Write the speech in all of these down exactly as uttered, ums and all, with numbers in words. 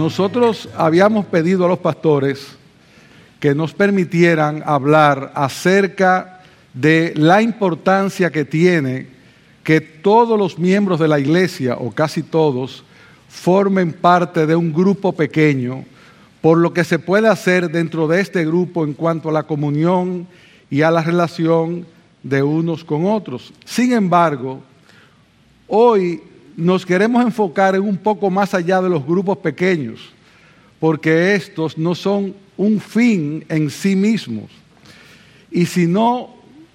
Nosotros habíamos pedido a los pastores que nos permitieran hablar acerca de la importancia que tiene que todos los miembros de la iglesia, o casi todos, formen parte de un grupo pequeño, por lo que se puede hacer dentro de este grupo en cuanto a la comunión y a la relación de unos con otros. Sin embargo, hoy nos queremos enfocar en un poco más allá de los grupos pequeños, porque estos no son un fin en sí mismos, y sino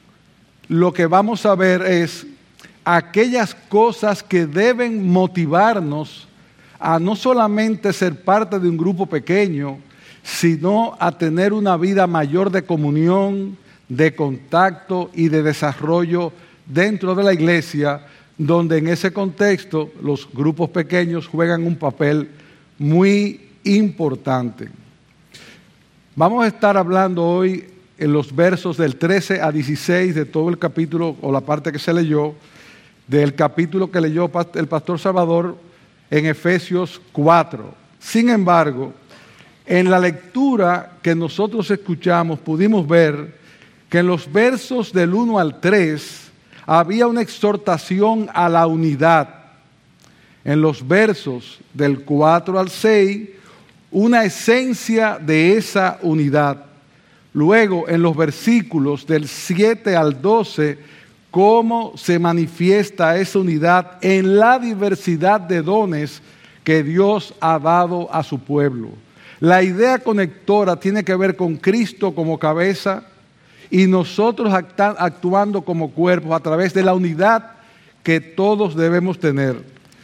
lo que vamos a ver es aquellas cosas que deben motivarnos a no solamente ser parte de un grupo pequeño, sino a tener una vida mayor de comunión, de contacto y de desarrollo dentro de la iglesia, donde en ese contexto los grupos pequeños juegan un papel muy importante. Vamos a estar hablando hoy en los versos del trece a dieciséis de todo el capítulo, o la parte que se leyó, del capítulo que leyó el pastor Salvador en Efesios cuatro. Sin embargo, en la lectura que nosotros escuchamos pudimos ver que en los versos del uno al tres había una exhortación a la unidad. En los versos del cuatro al seis, una esencia de esa unidad. Luego, en los versículos del siete al doce, cómo se manifiesta esa unidad en la diversidad de dones que Dios ha dado a su pueblo. La idea conectora tiene que ver con Cristo como cabeza y nosotros acta- actuando como cuerpo a través de la unidad que todos debemos tener.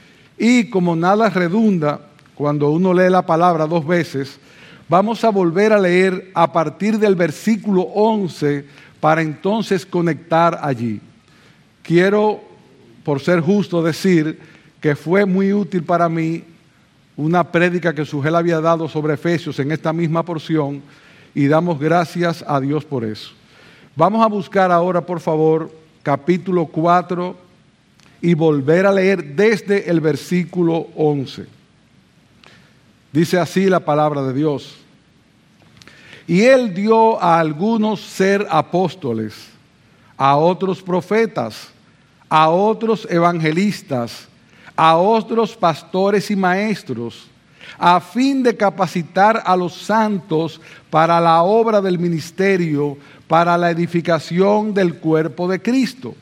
Y como nada redunda, cuando uno lee la palabra dos veces, vamos a volver a leer a partir del versículo once para entonces conectar allí. Quiero, por ser justo, decir que fue muy útil para mí una prédica que Sugel había dado sobre Efesios en esta misma porción y damos gracias a Dios por eso. Vamos a buscar ahora, por favor, capítulo cuatro y volver a leer desde el versículo once. Dice así la palabra de Dios. Y Él dio a algunos ser apóstoles, a otros profetas, a otros evangelistas, a otros pastores y maestros, a fin de capacitar a los santos para la obra del ministerio, para la edificación del cuerpo de Cristo,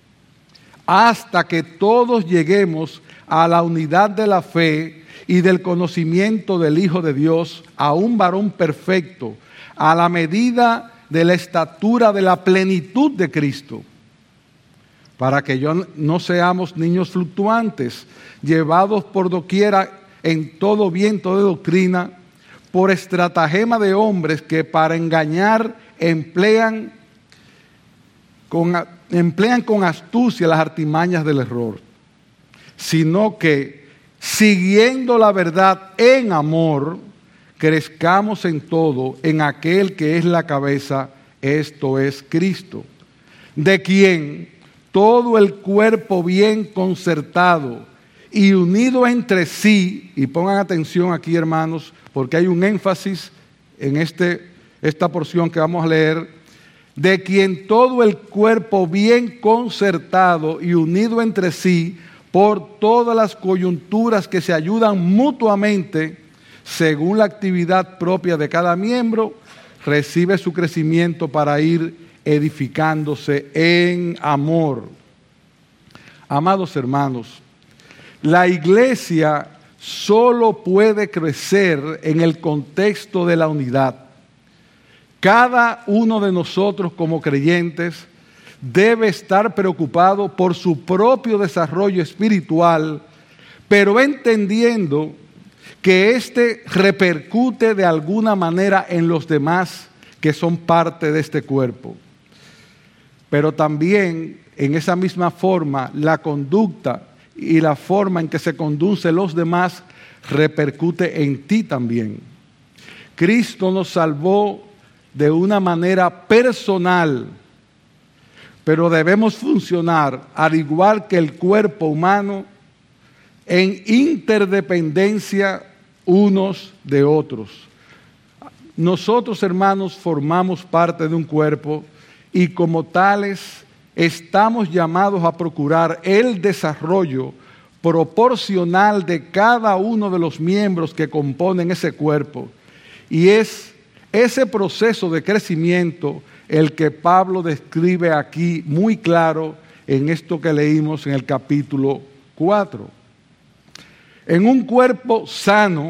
hasta que todos lleguemos a la unidad de la fe y del conocimiento del Hijo de Dios, a un varón perfecto, a la medida de la estatura de la plenitud de Cristo, para que yo no seamos niños fluctuantes, llevados por doquiera en todo viento de doctrina, por estratagema de hombres que para engañar emplean con, emplean con astucia las artimañas del error, sino que siguiendo la verdad en amor, crezcamos en todo en aquel que es la cabeza, esto es Cristo, de quien todo el cuerpo bien concertado y unido entre sí, y pongan atención aquí, hermanos, porque hay un énfasis en este, esta porción que vamos a leer, de quien todo el cuerpo bien concertado y unido entre sí por todas las coyunturas que se ayudan mutuamente según la actividad propia de cada miembro, recibe su crecimiento para ir edificándose en amor. Amados hermanos, la iglesia solo puede crecer en el contexto de la unidad. Cada uno de nosotros como creyentes debe estar preocupado por su propio desarrollo espiritual, pero entendiendo que éste repercute de alguna manera en los demás que son parte de este cuerpo. Pero también, en esa misma forma, la conducta y la forma en que se conducen los demás repercute en ti también. Cristo nos salvó de una manera personal, pero debemos funcionar al igual que el cuerpo humano en interdependencia unos de otros. Nosotros, hermanos, formamos parte de un cuerpo y como tales estamos llamados a procurar el desarrollo proporcional de cada uno de los miembros que componen ese cuerpo. Y es ese proceso de crecimiento el que Pablo describe aquí muy claro en esto que leímos en el capítulo cuatro. En un cuerpo sano,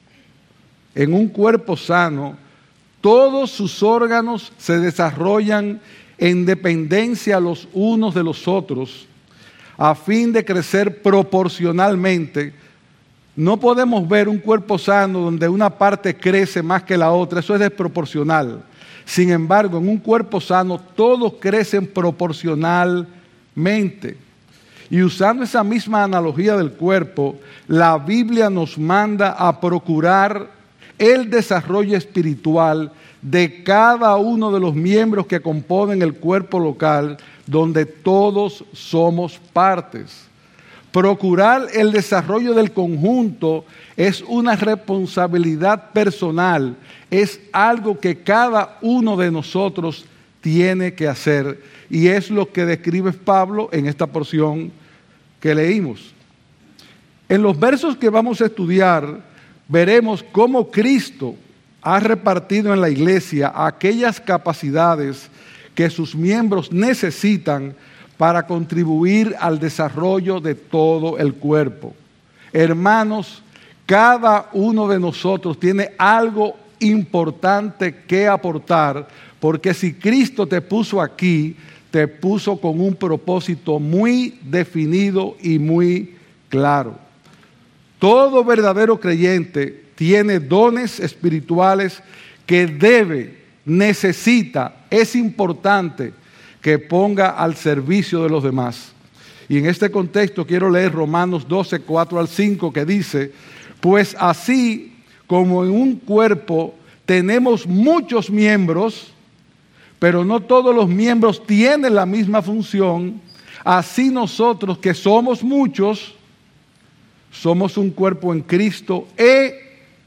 en un cuerpo sano, todos sus órganos se desarrollan en dependencia los unos de los otros, a fin de crecer proporcionalmente. No podemos ver un cuerpo sano donde una parte crece más que la otra, eso es desproporcional. Sin embargo, en un cuerpo sano todos crecen proporcionalmente. Y usando esa misma analogía del cuerpo, la Biblia nos manda a procurar el desarrollo espiritual de cada uno de los miembros que componen el cuerpo local, donde todos somos partes. Procurar el desarrollo del conjunto es una responsabilidad personal, es algo que cada uno de nosotros tiene que hacer, y es lo que describe Pablo en esta porción que leímos. En los versos que vamos a estudiar, veremos cómo Cristo ha repartido en la iglesia aquellas capacidades que sus miembros necesitan para contribuir al desarrollo de todo el cuerpo. Hermanos, cada uno de nosotros tiene algo importante que aportar, porque si Cristo te puso aquí, te puso con un propósito muy definido y muy claro. Todo verdadero creyente tiene dones espirituales que debe, necesita, es importante que ponga al servicio de los demás. Y en este contexto quiero leer Romanos doce, cuatro al cinco, que dice: pues así como en un cuerpo tenemos muchos miembros, pero no todos los miembros tienen la misma función, así nosotros que somos muchos, somos un cuerpo en Cristo e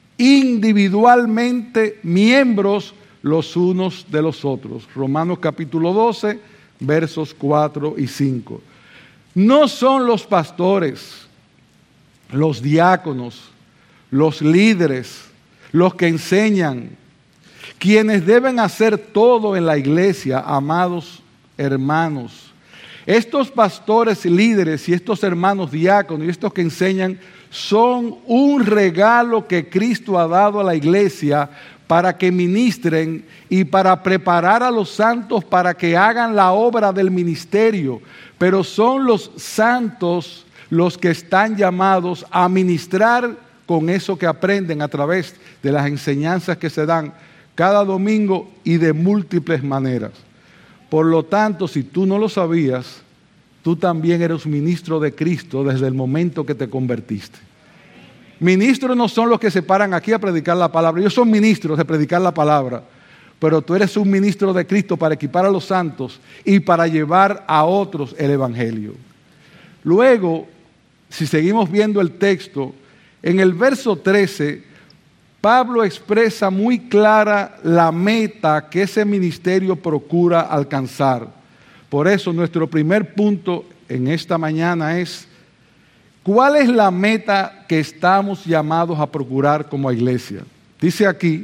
individualmente miembros los unos de los otros. Romanos capítulo doce, versos cuatro y cinco. No son los pastores, los diáconos, los líderes, los que enseñan, quienes deben hacer todo en la iglesia, amados hermanos. Estos pastores, líderes y estos hermanos diáconos y estos que enseñan son un regalo que Cristo ha dado a la iglesia para que ministren y para preparar a los santos para que hagan la obra del ministerio. Pero son los santos los que están llamados a ministrar con eso que aprenden a través de las enseñanzas que se dan cada domingo y de múltiples maneras. Por lo tanto, si tú no lo sabías, tú también eres ministro de Cristo desde el momento que te convertiste. Ministros no son los que se paran aquí a predicar la palabra. Ellos son ministros de predicar la palabra. Pero tú eres un ministro de Cristo para equipar a los santos y para llevar a otros el evangelio. Luego, si seguimos viendo el texto, en el verso trece, Pablo expresa muy clara la meta que ese ministerio procura alcanzar. Por eso nuestro primer punto en esta mañana es: ¿cuál es la meta que estamos llamados a procurar como iglesia? Dice aquí: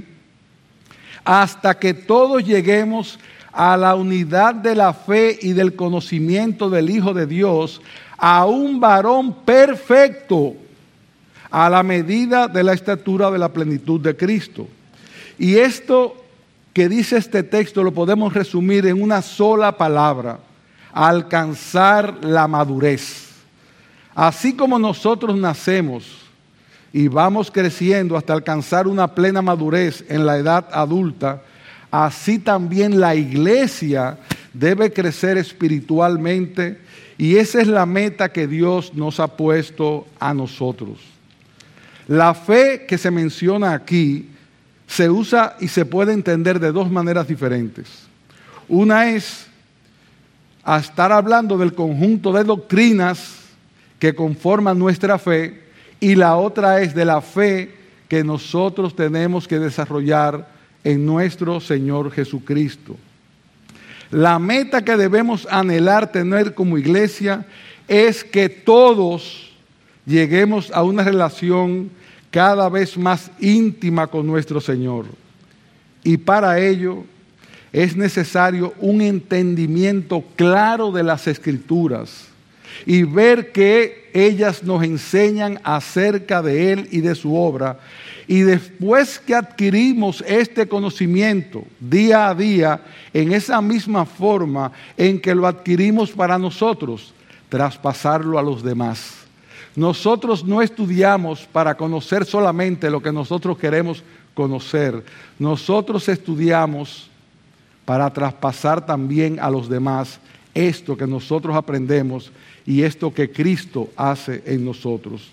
hasta que todos lleguemos a la unidad de la fe y del conocimiento del Hijo de Dios, a un varón perfecto, a la medida de la estatura de la plenitud de Cristo. Y esto que dice este texto lo podemos resumir en una sola palabra: alcanzar la madurez. Así como nosotros nacemos y vamos creciendo hasta alcanzar una plena madurez en la edad adulta, así también la iglesia debe crecer espiritualmente, y esa es la meta que Dios nos ha puesto a nosotros. La fe que se menciona aquí se usa y se puede entender de dos maneras diferentes. Una es a estar hablando del conjunto de doctrinas que conforman nuestra fe, y la otra es de la fe que nosotros tenemos que desarrollar en nuestro Señor Jesucristo. La meta que debemos anhelar tener como iglesia es que todos lleguemos a una relación cada vez más íntima con nuestro Señor. Y para ello es necesario un entendimiento claro de las Escrituras y ver que ellas nos enseñan acerca de Él y de su obra. Y después que adquirimos este conocimiento día a día, en esa misma forma en que lo adquirimos para nosotros, traspasarlo a los demás. Nosotros no estudiamos para conocer solamente lo que nosotros queremos conocer. Nosotros estudiamos para traspasar también a los demás esto que nosotros aprendemos y esto que Cristo hace en nosotros.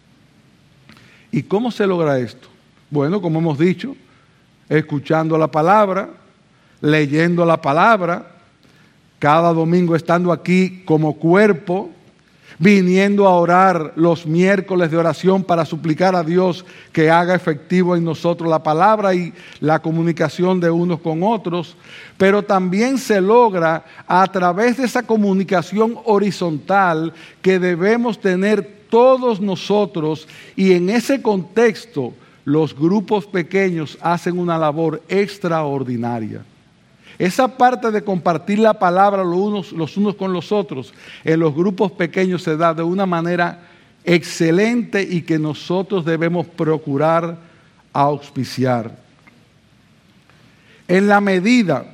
¿Y cómo se logra esto? Bueno, como hemos dicho, escuchando la palabra, leyendo la palabra, cada domingo estando aquí como cuerpo, viniendo a orar los miércoles de oración para suplicar a Dios que haga efectivo en nosotros la palabra y la comunicación de unos con otros, pero también se logra a través de esa comunicación horizontal que debemos tener todos nosotros, y en ese contexto los grupos pequeños hacen una labor extraordinaria. Esa parte de compartir la palabra los unos, los unos con los otros en los grupos pequeños se da de una manera excelente y que nosotros debemos procurar auspiciar. En la medida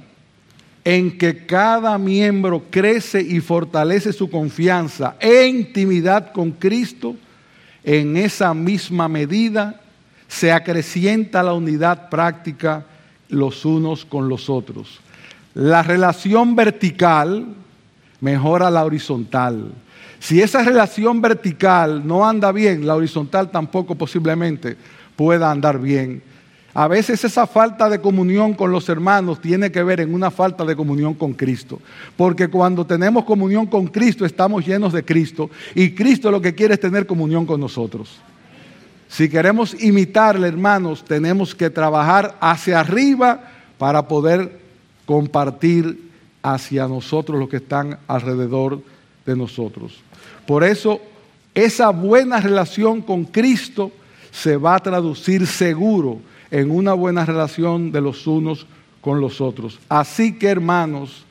en que cada miembro crece y fortalece su confianza e intimidad con Cristo, en esa misma medida se acrecienta la unidad práctica los unos con los otros. La relación vertical mejora la horizontal. Si esa relación vertical no anda bien, la horizontal tampoco posiblemente pueda andar bien. A veces esa falta de comunión con los hermanos tiene que ver en una falta de comunión con Cristo. Porque cuando tenemos comunión con Cristo estamos llenos de Cristo y Cristo lo que quiere es tener comunión con nosotros. Si queremos imitarle, hermanos, tenemos que trabajar hacia arriba para poder compartir hacia nosotros los que están alrededor de nosotros. Por eso, esa buena relación con Cristo se va a traducir seguro en una buena relación de los unos con los otros. Así que, hermanos,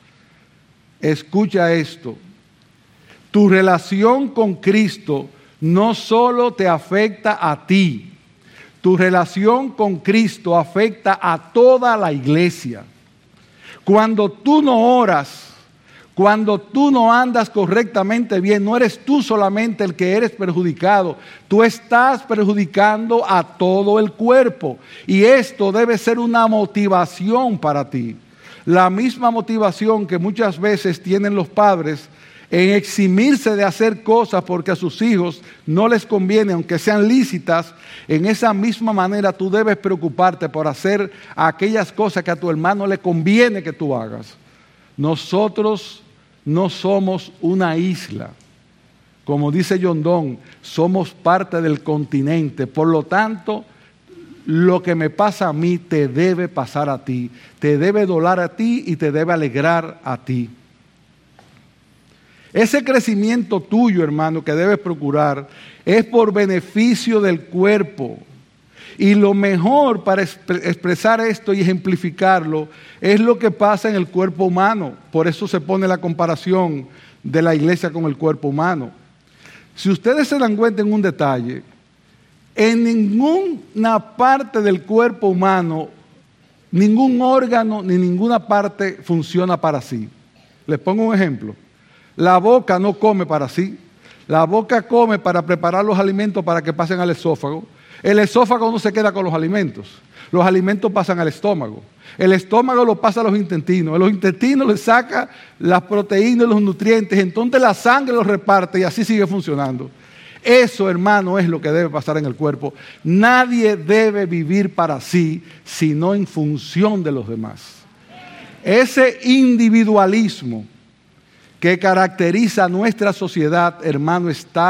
escucha esto. Tu relación con Cristo no solo te afecta a ti, tu relación con Cristo afecta a toda la iglesia. Cuando tú no oras, cuando tú no andas correctamente bien, no eres tú solamente el que eres perjudicado, tú estás perjudicando a todo el cuerpo. Y esto debe ser una motivación para ti. La misma motivación que muchas veces tienen los padres en eximirse de hacer cosas porque a sus hijos no les conviene, aunque sean lícitas. En esa misma manera tú debes preocuparte por hacer aquellas cosas que a tu hermano le conviene que tú hagas. Nosotros no somos una isla. Como dice John Donne, somos parte del continente. Por lo tanto, lo que me pasa a mí te debe pasar a ti, te debe doler a ti y te debe alegrar a ti. Ese crecimiento tuyo, hermano, que debes procurar, es por beneficio del cuerpo. Y lo mejor para expresar esto y ejemplificarlo es lo que pasa en el cuerpo humano. Por eso se pone la comparación de la iglesia con el cuerpo humano. Si ustedes se dan cuenta en un detalle, en ninguna parte del cuerpo humano, ningún órgano ni ninguna parte funciona para sí. Les pongo un ejemplo. La boca no come para sí. La boca come para preparar los alimentos para que pasen al esófago. El esófago no se queda con los alimentos. Los alimentos pasan al estómago. El estómago lo pasa a los intestinos. Los intestinos le saca las proteínas y los nutrientes. Entonces la sangre los reparte y así sigue funcionando. Eso, hermano, es lo que debe pasar en el cuerpo. Nadie debe vivir para sí, sino en función de los demás. Ese individualismo que caracteriza a nuestra sociedad, hermano, está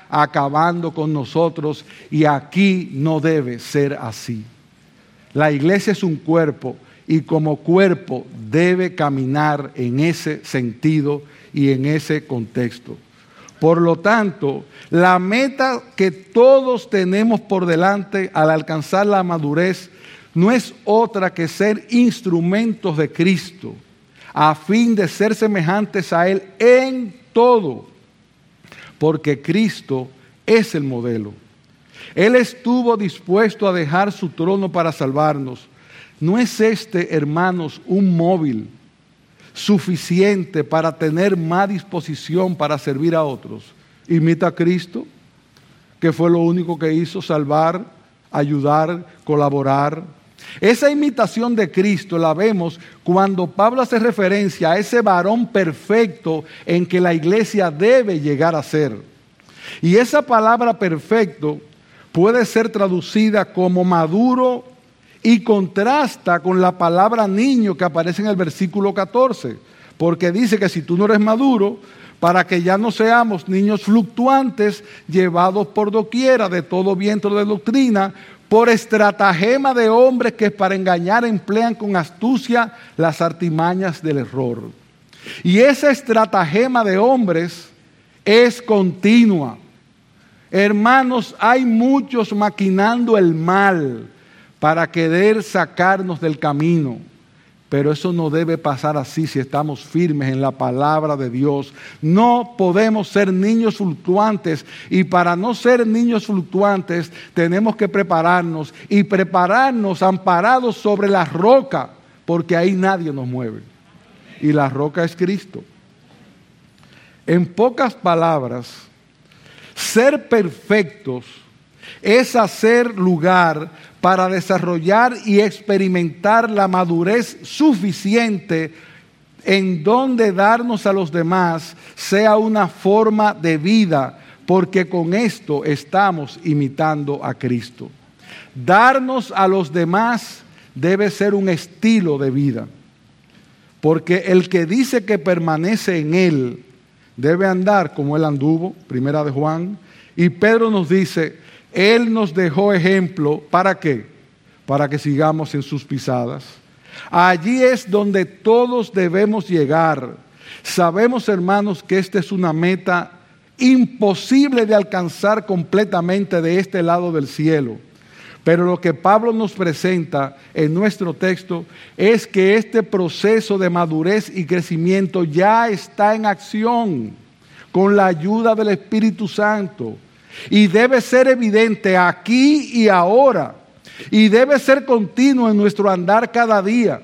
acabando con nosotros, y aquí no debe ser así. La iglesia es un cuerpo y como cuerpo debe caminar en ese sentido y en ese contexto. Por lo tanto, la meta que todos tenemos por delante al alcanzar la madurez no es otra que ser instrumentos de Cristo, a fin de ser semejantes a Él en todo, porque Cristo es el modelo. Él estuvo dispuesto a dejar su trono para salvarnos. ¿No es este, hermanos, un móvil suficiente para tener más disposición para servir a otros? Imita a Cristo, que fue lo único que hizo: salvar, ayudar, colaborar. Esa imitación de Cristo la vemos cuando Pablo hace referencia a ese varón perfecto en que la iglesia debe llegar a ser. Y esa palabra perfecto puede ser traducida como maduro y contrasta con la palabra niño que aparece en el versículo catorce, porque dice que si tú no eres maduro, para que ya no seamos niños fluctuantes, llevados por doquiera de todo viento de doctrina, por estratagema de hombres que para engañar emplean con astucia las artimañas del error. Y esa estratagema de hombres es continua. Hermanos, hay muchos maquinando el mal para querer sacarnos del camino. Pero eso no debe pasar así si estamos firmes en la palabra de Dios. No podemos ser niños fluctuantes, y para no ser niños fluctuantes tenemos que prepararnos, y prepararnos amparados sobre la roca, porque ahí nadie nos mueve. Y la roca es Cristo. En pocas palabras, ser perfectos es hacer lugar para desarrollar y experimentar la madurez suficiente en donde darnos a los demás sea una forma de vida, porque con esto estamos imitando a Cristo. Darnos a los demás debe ser un estilo de vida, porque el que dice que permanece en Él debe andar como Él anduvo, primera de Juan, y Pedro nos dice: Él nos dejó ejemplo, ¿para qué? Para que sigamos en sus pisadas. Allí es donde todos debemos llegar. Sabemos, hermanos, que esta es una meta imposible de alcanzar completamente de este lado del cielo. Pero lo que Pablo nos presenta en nuestro texto es que este proceso de madurez y crecimiento ya está en acción con la ayuda del Espíritu Santo. Y debe ser evidente aquí y ahora. Y debe ser continuo en nuestro andar cada día.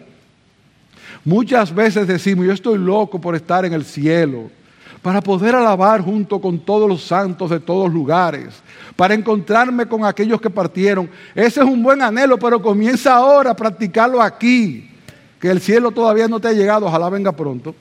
Muchas veces decimos: yo estoy loco por estar en el cielo, para poder alabar junto con todos los santos de todos lugares, para encontrarme con aquellos que partieron. Ese es un buen anhelo, pero comienza ahora a practicarlo aquí, que el cielo todavía no te ha llegado, ojalá venga pronto.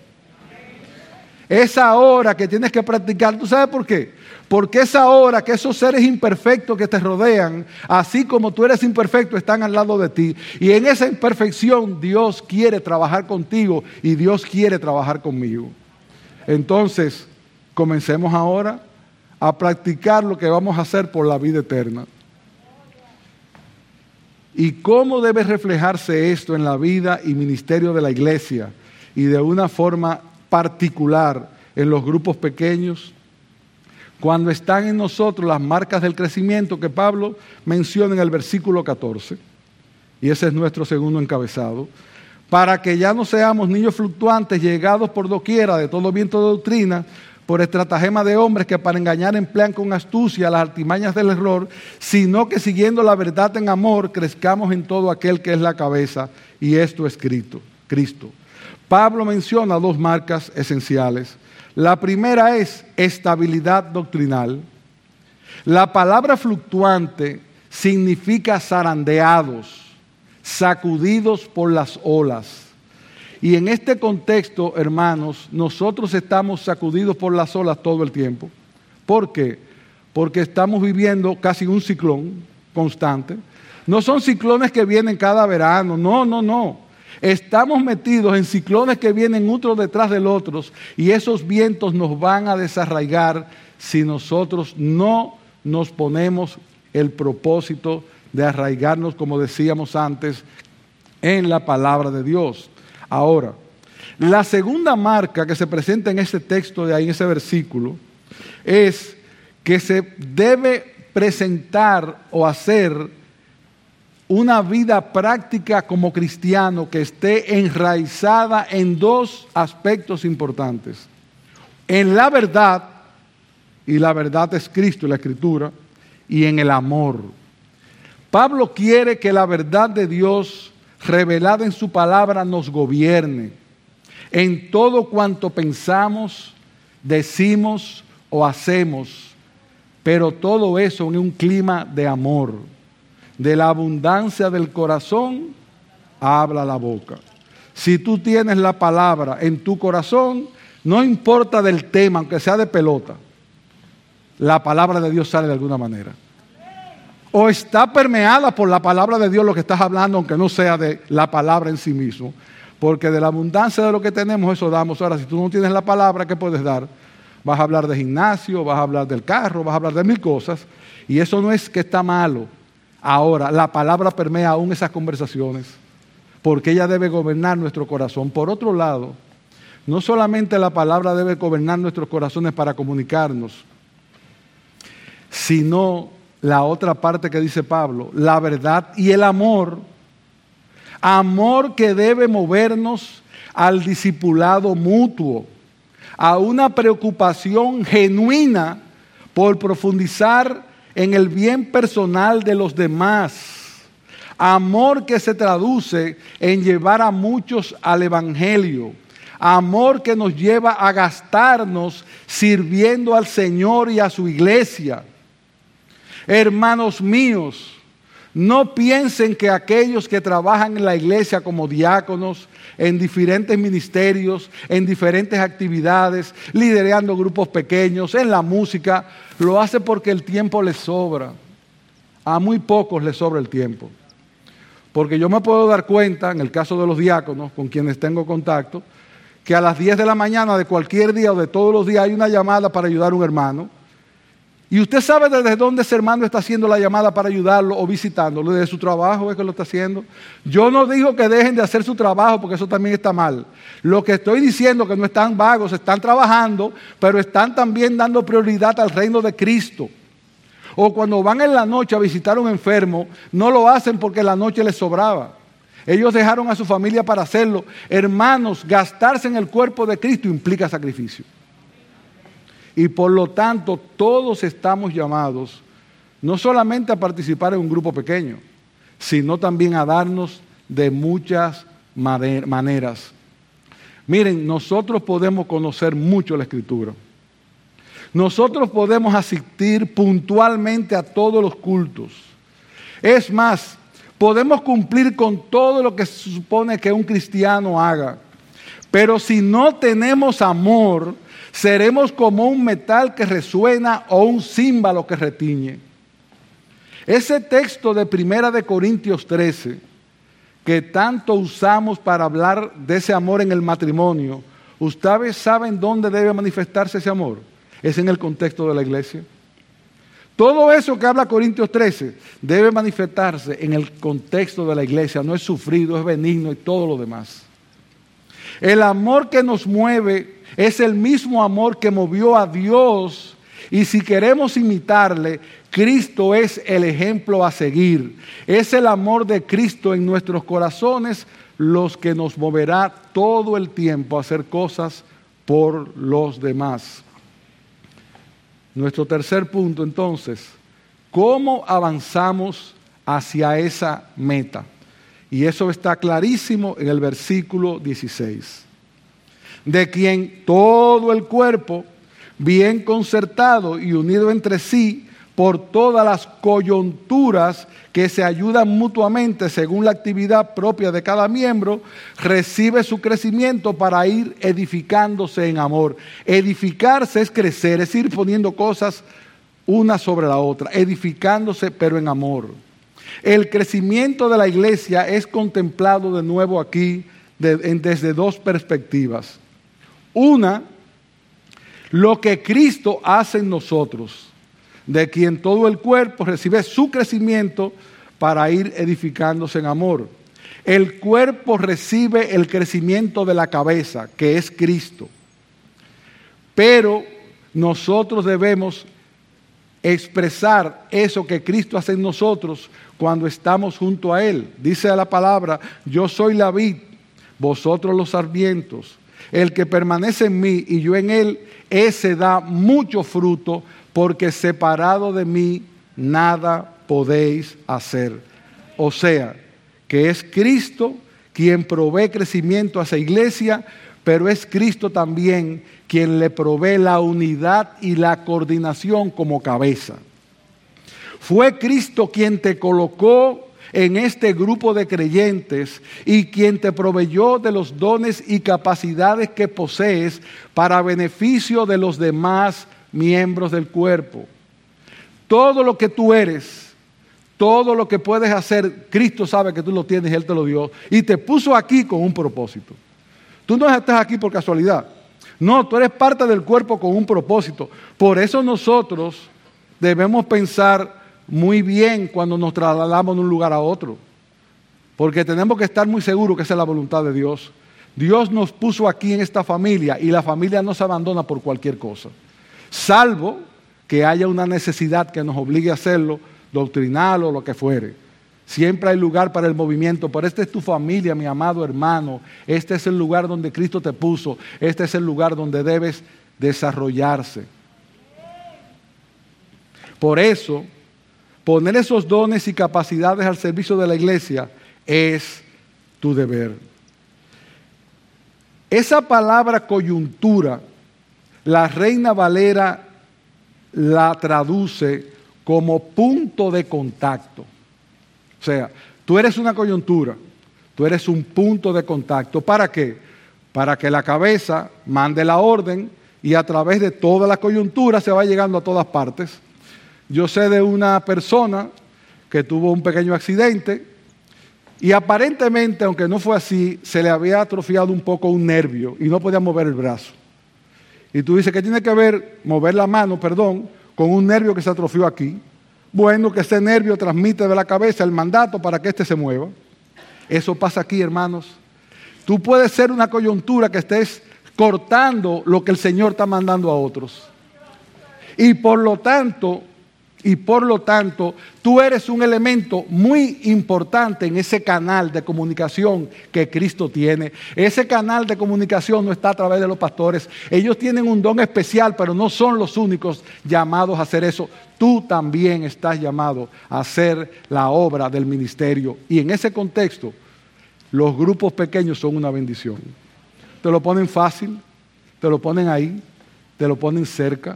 Es ahora que tienes que practicar. ¿Tú sabes por qué? Porque es ahora que esos seres imperfectos que te rodean, así como tú eres imperfecto, están al lado de ti. Y en esa imperfección Dios quiere trabajar contigo y Dios quiere trabajar conmigo. Entonces, comencemos ahora a practicar lo que vamos a hacer por la vida eterna. ¿Y cómo debe reflejarse esto en la vida y ministerio de la iglesia? Y de una forma particular en los grupos pequeños, cuando están en nosotros las marcas del crecimiento que Pablo menciona en el versículo catorce, y ese es nuestro segundo encabezado, para que ya no seamos niños fluctuantes, llegados por doquiera de todo viento de doctrina, por estratagema de hombres que para engañar emplean con astucia las artimañas del error, sino que siguiendo la verdad en amor, crezcamos en todo aquel que es la cabeza, y esto es Cristo. Cristo. Pablo menciona dos marcas esenciales. La primera es estabilidad doctrinal. La palabra fluctuante significa zarandeados, sacudidos por las olas. Y en este contexto, hermanos, nosotros estamos sacudidos por las olas todo el tiempo. ¿Por qué? Porque estamos viviendo casi un ciclón constante. No son ciclones que vienen cada verano, no, no, no. Estamos metidos en ciclones que vienen uno detrás del otro, y esos vientos nos van a desarraigar si nosotros no nos ponemos el propósito de arraigarnos, como decíamos antes, en la palabra de Dios. Ahora, la segunda marca que se presenta en ese texto de ahí, en ese versículo, es que se debe presentar o hacer una vida práctica como cristiano que esté enraizada en dos aspectos importantes: en la verdad, y la verdad es Cristo y la Escritura, y en el amor. Pablo quiere que la verdad de Dios revelada en su palabra nos gobierne en todo cuanto pensamos, decimos o hacemos, pero todo eso en un clima de amor. De la abundancia del corazón habla la boca. Si tú tienes la palabra en tu corazón, no importa del tema, aunque sea de pelota, la palabra de Dios sale de alguna manera. O está permeada por la palabra de Dios lo que estás hablando, aunque no sea de la palabra en sí mismo. Porque de la abundancia de lo que tenemos, eso damos. Ahora, si tú no tienes la palabra, ¿qué puedes dar? Vas a hablar de gimnasio, vas a hablar del carro, vas a hablar de mil cosas. Y eso no es que está malo. Ahora, la palabra permea aún esas conversaciones, porque ella debe gobernar nuestro corazón. Por otro lado, no solamente la palabra debe gobernar nuestros corazones para comunicarnos, sino la otra parte que dice Pablo, la verdad y el amor. Amor que debe movernos al discipulado mutuo, a una preocupación genuina por profundizar en el bien personal de los demás. Amor que se traduce en llevar a muchos al Evangelio. Amor que nos lleva a gastarnos sirviendo al Señor y a su iglesia. Hermanos míos, no piensen que aquellos que trabajan en la iglesia como diáconos, en diferentes ministerios, en diferentes actividades, liderando grupos pequeños, en la música, lo hace porque el tiempo les sobra. A muy pocos les sobra el tiempo. Porque yo me puedo dar cuenta, en el caso de los diáconos, con quienes tengo contacto, que a las diez de la mañana de cualquier día o de todos los días hay una llamada para ayudar a un hermano. Y usted sabe desde dónde ese hermano está haciendo la llamada para ayudarlo o visitándolo. Desde su trabajo es que lo está haciendo. Yo no digo que dejen de hacer su trabajo porque eso también está mal. Lo que estoy diciendo es que no están vagos, están trabajando, pero están también dando prioridad al reino de Cristo. O cuando van en la noche a visitar a un enfermo, no lo hacen porque la noche les sobraba. Ellos dejaron a su familia para hacerlo. Hermanos, gastarse en el cuerpo de Cristo implica sacrificio. Y por lo tanto, todos estamos llamados no solamente a participar en un grupo pequeño, sino también a darnos de muchas maneras. Miren, nosotros podemos conocer mucho la Escritura. Nosotros podemos asistir puntualmente a todos los cultos. Es más, podemos cumplir con todo lo que se supone que un cristiano haga. Pero si no tenemos amor, seremos como un metal que resuena o un címbalo que retiñe. Ese texto de Primera de Corintios trece, que tanto usamos para hablar de ese amor en el matrimonio, ¿ustedes saben dónde debe manifestarse ese amor? Es en el contexto de la iglesia. Todo eso que habla Corintios trece debe manifestarse en el contexto de la iglesia. No es sufrido, es benigno y todo lo demás. El amor que nos mueve es el mismo amor que movió a Dios, y si queremos imitarle, Cristo es el ejemplo a seguir. Es el amor de Cristo en nuestros corazones los que nos moverá todo el tiempo a hacer cosas por los demás. Nuestro tercer punto, entonces, ¿cómo avanzamos hacia esa meta? Y eso está clarísimo en el versículo dieciséis. De quien todo el cuerpo, bien concertado y unido entre sí por todas las coyunturas que se ayudan mutuamente según la actividad propia de cada miembro, recibe su crecimiento para ir edificándose en amor. Edificarse es crecer, es ir poniendo cosas una sobre la otra, edificándose pero en amor. El crecimiento de la iglesia es contemplado de nuevo aquí de, en, desde dos perspectivas. Una, lo que Cristo hace en nosotros, de quien todo el cuerpo recibe su crecimiento para ir edificándose en amor. El cuerpo recibe el crecimiento de la cabeza, que es Cristo. Pero nosotros debemos expresar eso que Cristo hace en nosotros cuando estamos junto a Él. Dice la palabra, yo soy la vid, vosotros los sarmientos. El que permanece en mí y yo en Él, ese da mucho fruto, porque separado de mí nada podéis hacer. O sea, que es Cristo quien provee crecimiento a esa iglesia, pero es Cristo también quien le provee la unidad y la coordinación como cabeza. Fue Cristo quien te colocó en este grupo de creyentes y quien te proveyó de los dones y capacidades que posees para beneficio de los demás miembros del cuerpo. Todo lo que tú eres, todo lo que puedes hacer, Cristo sabe que tú lo tienes y Él te lo dio y te puso aquí con un propósito. Tú no estás aquí por casualidad. No, tú eres parte del cuerpo con un propósito. Por eso nosotros debemos pensar muy bien cuando nos trasladamos de un lugar a otro. Porque tenemos que estar muy seguros que esa es la voluntad de Dios. Dios nos puso aquí en esta familia y la familia no se abandona por cualquier cosa. Salvo que haya una necesidad que nos obligue a hacerlo, doctrinal o lo que fuere. Siempre hay lugar para el movimiento, pero esta es tu familia, mi amado hermano. Este es el lugar donde Cristo te puso. Este es el lugar donde debes desarrollarse. Por eso, poner esos dones y capacidades al servicio de la iglesia es tu deber. Esa palabra coyuntura, la Reina Valera la traduce como punto de contacto. O sea, tú eres una coyuntura, tú eres un punto de contacto. ¿Para qué? Para que la cabeza mande la orden y a través de toda la coyuntura se va llegando a todas partes. Yo sé de una persona que tuvo un pequeño accidente y aparentemente, aunque no fue así, se le había atrofiado un poco un nervio y no podía mover el brazo. Y tú dices, ¿qué tiene que ver mover la mano, perdón, con un nervio que se atrofió aquí? Bueno, que ese nervio transmite de la cabeza el mandato para que éste se mueva. Eso pasa aquí, hermanos. Tú puedes ser una coyuntura que estés cortando lo que el Señor está mandando a otros. Y por lo tanto, y por lo tanto, tú eres un elemento muy importante en ese canal de comunicación que Cristo tiene. Ese canal de comunicación no está a través de los pastores. Ellos tienen un don especial, pero no son los únicos llamados a hacer eso. Tú también estás llamado a hacer la obra del ministerio. Y en ese contexto, los grupos pequeños son una bendición. Te lo ponen fácil, te lo ponen ahí, te lo ponen cerca.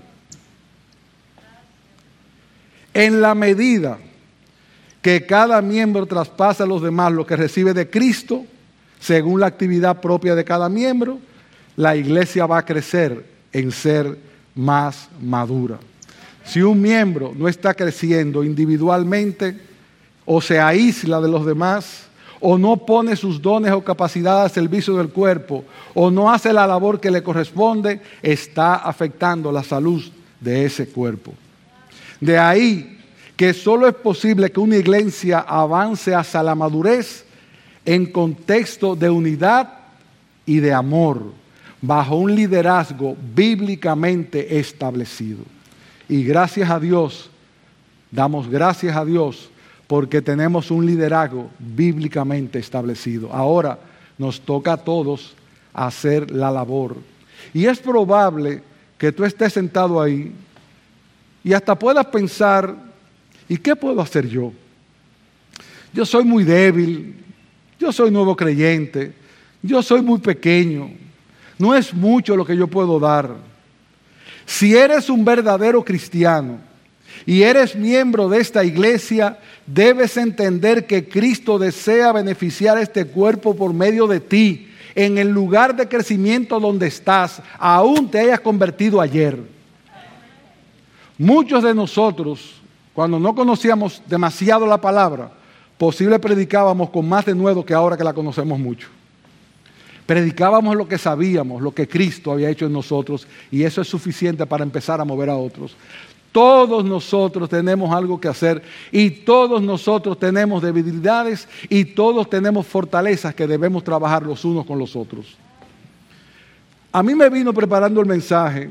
En la medida que cada miembro traspasa a los demás lo que recibe de Cristo, según la actividad propia de cada miembro, la iglesia va a crecer en ser más madura. Si un miembro no está creciendo individualmente, o se aísla de los demás, o no pone sus dones o capacidades al servicio del cuerpo, o no hace la labor que le corresponde, está afectando la salud de ese cuerpo. De ahí que solo es posible que una iglesia avance hacia la madurez en contexto de unidad y de amor, bajo un liderazgo bíblicamente establecido. Y gracias a Dios, damos gracias a Dios porque tenemos un liderazgo bíblicamente establecido. Ahora nos toca a todos hacer la labor. Y es probable que tú estés sentado ahí y hasta puedas pensar, ¿y qué puedo hacer yo? Yo soy muy débil, yo soy nuevo creyente, yo soy muy pequeño, no es mucho lo que yo puedo dar. Si eres un verdadero cristiano y eres miembro de esta iglesia, debes entender que Cristo desea beneficiar este cuerpo por medio de ti, en el lugar de crecimiento donde estás, aún te hayas convertido ayer. Muchos de nosotros, cuando no conocíamos demasiado la palabra, posible predicábamos con más denuedo que ahora que la conocemos mucho. Predicábamos lo que sabíamos, lo que Cristo había hecho en nosotros, y eso es suficiente para empezar a mover a otros. Todos nosotros tenemos algo que hacer y todos nosotros tenemos debilidades y todos tenemos fortalezas que debemos trabajar los unos con los otros. A mí me vino preparando el mensaje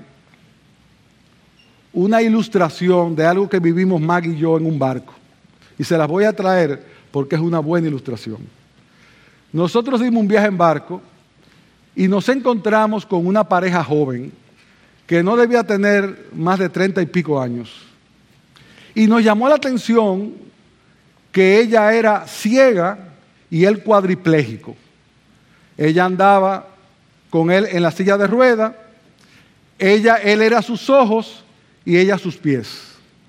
una ilustración de algo que vivimos Maggie y yo en un barco. Y se las voy a traer porque es una buena ilustración. Nosotros dimos un viaje en barco y nos encontramos con una pareja joven que no debía tener más de treinta y pico años. Y nos llamó la atención que ella era ciega y él cuadripléjico. Ella andaba con él en la silla de ruedas, ella, él era sus ojos y ella sus pies.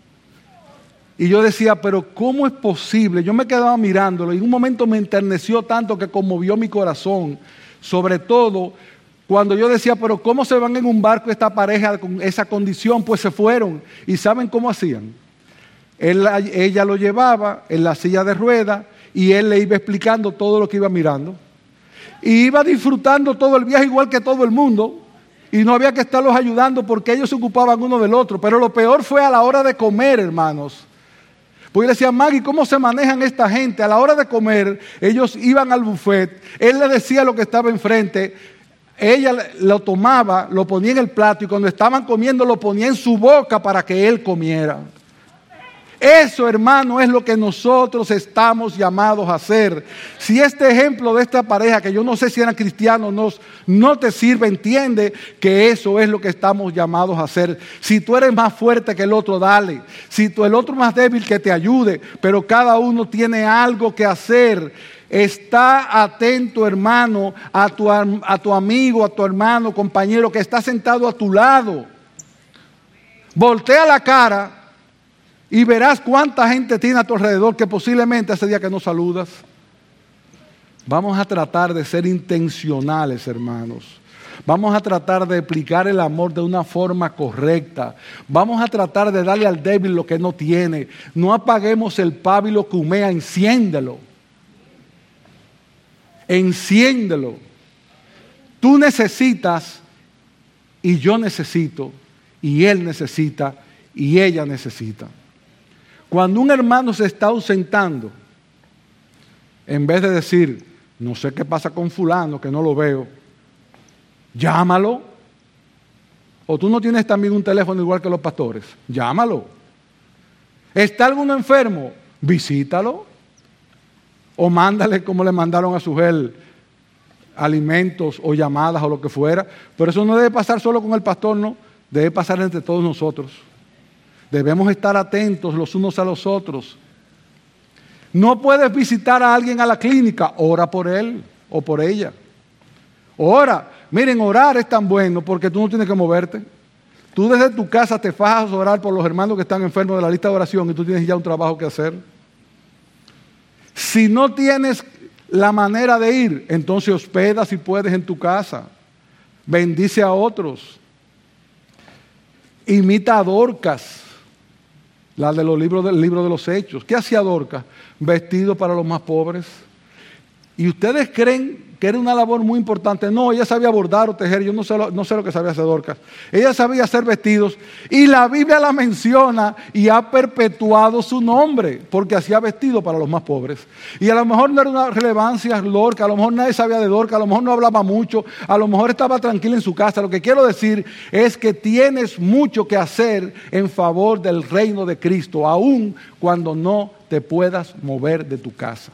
Y yo decía, pero ¿cómo es posible? Yo me quedaba mirándolo y en un momento me enterneció tanto que conmovió mi corazón. Sobre todo cuando yo decía, pero ¿cómo se van en un barco esta pareja con esa condición? Pues se fueron. ¿Y saben cómo hacían? Él, ella lo llevaba en la silla de ruedas y él le iba explicando todo lo que iba mirando. Y iba disfrutando todo el viaje igual que todo el mundo. Y no había que estarlos ayudando porque ellos se ocupaban uno del otro. Pero lo peor fue a la hora de comer, hermanos. Porque le decía, Maggie, ¿cómo se manejan esta gente? A la hora de comer, ellos iban al buffet, él le decía lo que estaba enfrente, ella lo tomaba, lo ponía en el plato y cuando estaban comiendo lo ponía en su boca para que él comiera. Eso, hermano, es lo que nosotros estamos llamados a hacer. Si este ejemplo de esta pareja, que yo no sé si eran cristianos, no, no te sirve, entiende que eso es lo que estamos llamados a hacer. Si tú eres más fuerte que el otro, dale. Si tú el otro más débil, que te ayude. Pero cada uno tiene algo que hacer. Está atento, hermano, a tu, a tu amigo, a tu hermano, compañero que está sentado a tu lado. Voltea la cara y verás cuánta gente tiene a tu alrededor que posiblemente ese día que no saludas. Vamos a tratar de ser intencionales, hermanos. Vamos a tratar de explicar el amor de una forma correcta. Vamos a tratar de darle al débil lo que no tiene. No apaguemos el pábilo que humea, enciéndelo. Enciéndelo. Tú necesitas y yo necesito y él necesita y ella necesita. Cuando un hermano se está ausentando, en vez de decir, no sé qué pasa con fulano, que no lo veo, llámalo. O tú no tienes también un teléfono igual que los pastores, llámalo. ¿Está alguno enfermo? Visítalo. O mándale como le mandaron a Sugel alimentos o llamadas o lo que fuera. Pero eso no debe pasar solo con el pastor, no. Debe pasar entre todos nosotros. Debemos estar atentos los unos a los otros. No puedes visitar a alguien a la clínica, ora por él o por ella. Ora. Miren, orar es tan bueno porque tú no tienes que moverte. Tú desde tu casa te fajas a orar por los hermanos que están enfermos de la lista de oración y tú tienes ya un trabajo que hacer. Si no tienes la manera de ir, entonces hospeda si puedes en tu casa. Bendice a otros. Imita a Dorcas, la de los libros del libro de los Hechos. ¿Qué hacía Dorcas? Vestido para los más pobres. ¿Y ustedes creen que era una labor muy importante? No, ella sabía bordar o tejer, yo no sé lo, no sé lo que sabía hacer Dorcas. Ella sabía hacer vestidos y la Biblia la menciona y ha perpetuado su nombre porque hacía vestidos para los más pobres. Y a lo mejor no era una relevancia Dorcas, a lo mejor nadie sabía de Dorcas, a lo mejor no hablaba mucho, a lo mejor estaba tranquila en su casa. Lo que quiero decir es que tienes mucho que hacer en favor del reino de Cristo, aun cuando no te puedas mover de tu casa.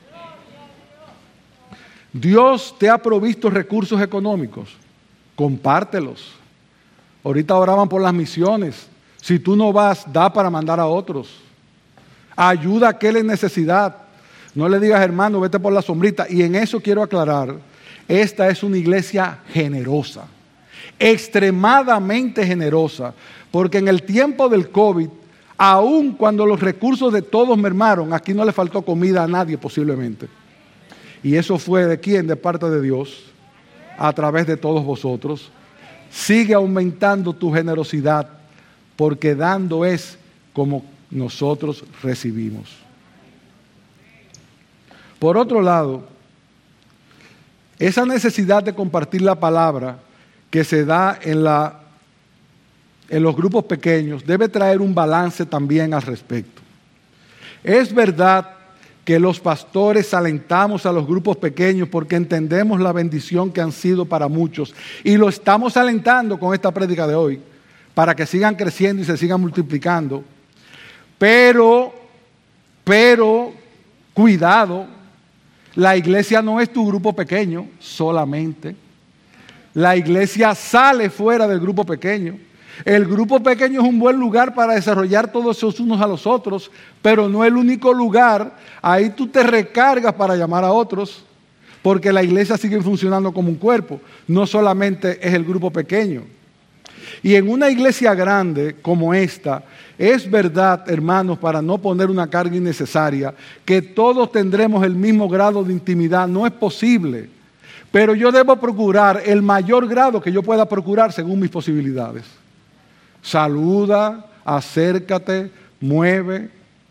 Dios te ha provisto recursos económicos, compártelos. Ahorita oraban por las misiones. Si tú no vas, da para mandar a otros. Ayuda a aquel en necesidad. No le digas, hermano, vete por la sombrita. Y en eso quiero aclarar, esta es una iglesia generosa, extremadamente generosa, porque en el tiempo del COVID, aun cuando los recursos de todos mermaron, aquí no le faltó comida a nadie posiblemente. Y eso fue de quién, de parte de Dios, a través de todos vosotros. Sigue aumentando tu generosidad, porque dando es como nosotros recibimos. Por otro lado, esa necesidad de compartir la palabra que se da en, la, en los grupos pequeños debe traer un balance también al respecto. Es verdad que los pastores alentamos a los grupos pequeños porque entendemos la bendición que han sido para muchos y lo estamos alentando con esta prédica de hoy para que sigan creciendo y se sigan multiplicando. Pero, pero, cuidado, la iglesia no es tu grupo pequeño solamente. La iglesia sale fuera del grupo pequeño. El grupo pequeño es un buen lugar para desarrollar todos esos unos a los otros, pero no el único lugar. Ahí tú te recargas para llamar a otros, porque la iglesia sigue funcionando como un cuerpo. No solamente es el grupo pequeño. Y en una iglesia grande como esta, es verdad, hermanos, para no poner una carga innecesaria, que todos tendremos el mismo grado de intimidad. No es posible. Pero yo debo procurar el mayor grado que yo pueda procurar según mis posibilidades. Saluda, acércate, mueve.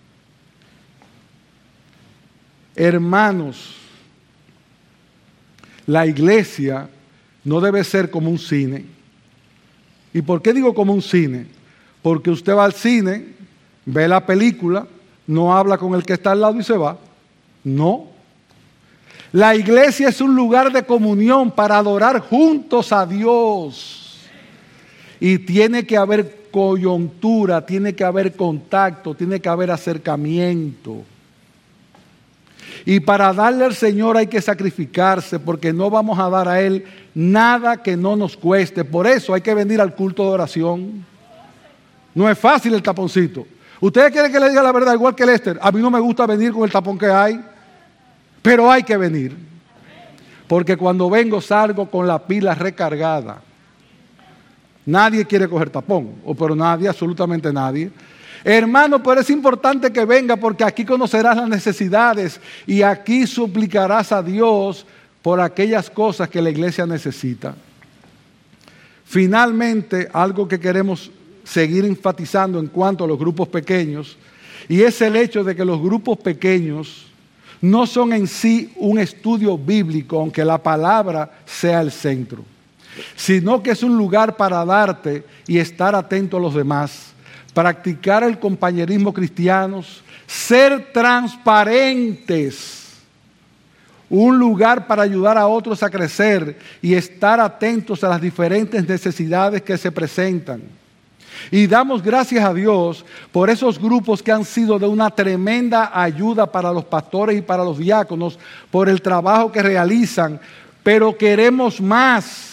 Hermanos, la iglesia no debe ser como un cine. ¿Y por qué digo como un cine? Porque usted va al cine, ve la película, no habla con el que está al lado y se va. No. La iglesia es un lugar de comunión para adorar juntos a Dios. Y tiene que haber coyuntura, tiene que haber contacto, tiene que haber acercamiento. Y para darle al Señor hay que sacrificarse, porque no vamos a dar a Él nada que no nos cueste. Por eso hay que venir al culto de oración. No es fácil el taponcito. ¿Ustedes quieren que le diga la verdad igual que Lester? A mí no me gusta venir con el tapón que hay, pero hay que venir. Porque cuando vengo salgo con la pila recargada. Nadie quiere coger tapón, o pero nadie, absolutamente nadie. Hermano, pero es importante que venga porque aquí conocerás las necesidades y aquí suplicarás a Dios por aquellas cosas que la iglesia necesita. Finalmente, algo que queremos seguir enfatizando en cuanto a los grupos pequeños, y es el hecho de que los grupos pequeños no son en sí un estudio bíblico, aunque la palabra sea el centro, sino que es un lugar para darte y estar atento a los demás, practicar el compañerismo cristiano, ser transparentes, un lugar para ayudar a otros a crecer y estar atentos a las diferentes necesidades que se presentan. Y damos gracias a Dios por esos grupos que han sido de una tremenda ayuda para los pastores y para los diáconos, por el trabajo que realizan, pero queremos más.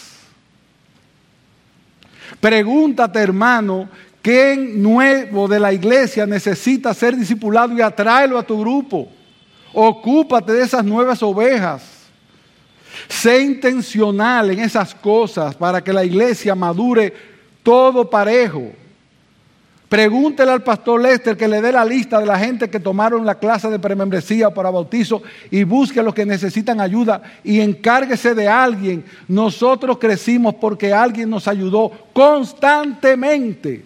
Pregúntate, hermano, ¿quién nuevo de la iglesia necesita ser discipulado y atráelo a tu grupo? Ocúpate de esas nuevas ovejas. Sé intencional en esas cosas para que la iglesia madure todo parejo. Pregúntele al pastor Lester que le dé la lista de la gente que tomaron la clase de premembresía para bautizo y busque a los que necesitan ayuda y encárguese de alguien. Nosotros crecimos porque alguien nos ayudó constantemente.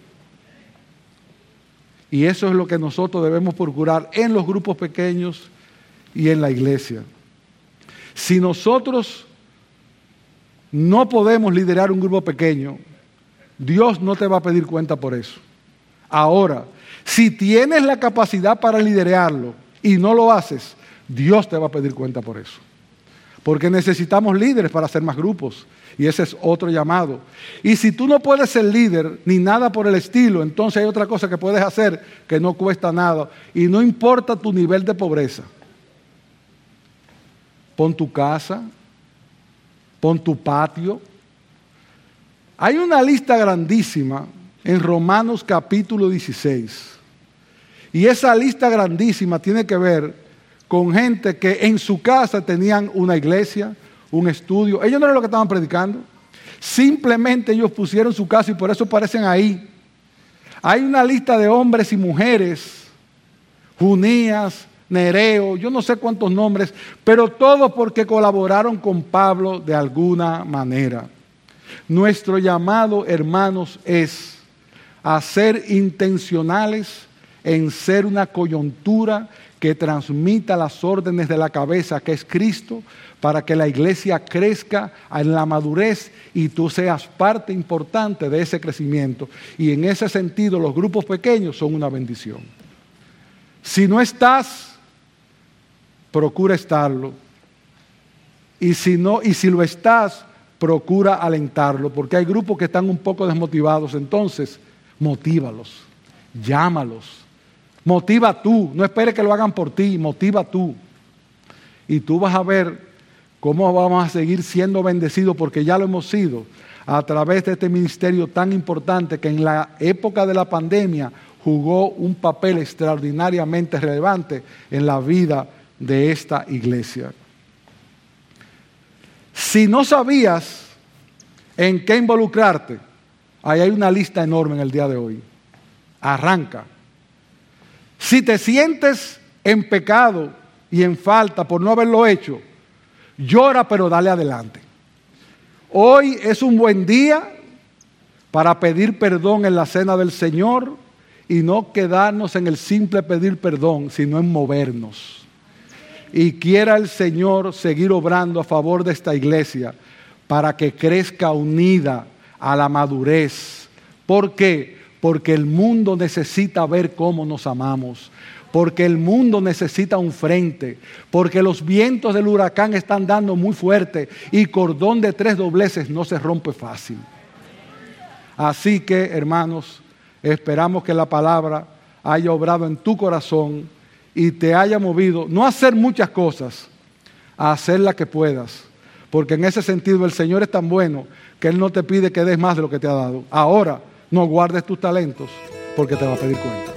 Y eso es lo que nosotros debemos procurar en los grupos pequeños y en la iglesia. Si nosotros no podemos liderar un grupo pequeño, Dios no te va a pedir cuenta por eso. Ahora, si tienes la capacidad para liderarlo y no lo haces, Dios te va a pedir cuenta por eso. Porque necesitamos líderes para hacer más grupos. Y ese es otro llamado. Y si tú no puedes ser líder ni nada por el estilo, entonces hay otra cosa que puedes hacer que no cuesta nada. Y no importa tu nivel de pobreza. Pon tu casa, pon tu patio. Hay una lista grandísima en Romanos capítulo dieciséis. Y esa lista grandísima tiene que ver con gente que en su casa tenían una iglesia, un estudio. Ellos no eran los que estaban predicando. Simplemente ellos pusieron su casa y por eso aparecen ahí. Hay una lista de hombres y mujeres, Junías, Nereo, yo no sé cuántos nombres, pero todos porque colaboraron con Pablo de alguna manera. Nuestro llamado, hermanos, es a ser intencionales en ser una coyuntura que transmita las órdenes de la cabeza, que es Cristo, para que la iglesia crezca en la madurez y tú seas parte importante de ese crecimiento. Y en ese sentido, los grupos pequeños son una bendición. Si no estás, procura estarlo. Y si no, y si lo estás, procura alentarlo, porque hay grupos que están un poco desmotivados. Entonces, motívalos, llámalos. Motiva tú, no esperes que lo hagan por ti, motiva tú. Y tú vas a ver cómo vamos a seguir siendo bendecidos, porque ya lo hemos sido, a través de este ministerio tan importante que en la época de la pandemia jugó un papel extraordinariamente relevante en la vida de esta iglesia. Si no sabías en qué involucrarte, ahí hay una lista enorme en el día de hoy. Arranca. Si te sientes en pecado y en falta por no haberlo hecho, llora, pero dale adelante. Hoy es un buen día para pedir perdón en la cena del Señor y no quedarnos en el simple pedir perdón, sino en movernos. Y quiera el Señor seguir obrando a favor de esta iglesia para que crezca unida a la madurez. ¿Por qué? Porque el mundo necesita ver cómo nos amamos, porque el mundo necesita un frente, porque los vientos del huracán están dando muy fuerte y cordón de tres dobleces no se rompe fácil. Así que, hermanos, esperamos que la palabra haya obrado en tu corazón y te haya movido, no a hacer muchas cosas, a hacer las que puedas, porque en ese sentido el Señor es tan bueno que Él no te pide que des más de lo que te ha dado. Ahora, no guardes tus talentos porque te va a pedir cuenta.